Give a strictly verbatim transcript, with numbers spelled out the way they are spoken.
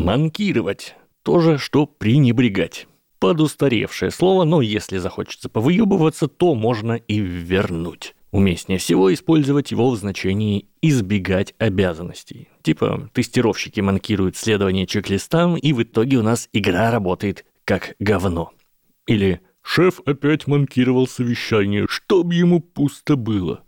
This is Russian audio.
Манкировать – то же, что пренебрегать. Подустаревшее слово, но если захочется повыебываться, то можно и вернуть. Уместнее всего использовать его в значении «избегать обязанностей». Типа тестировщики манкируют следование чек-листам, и в итоге у нас игра работает как говно. Или «шеф опять манкировал совещание, чтоб ему пусто было».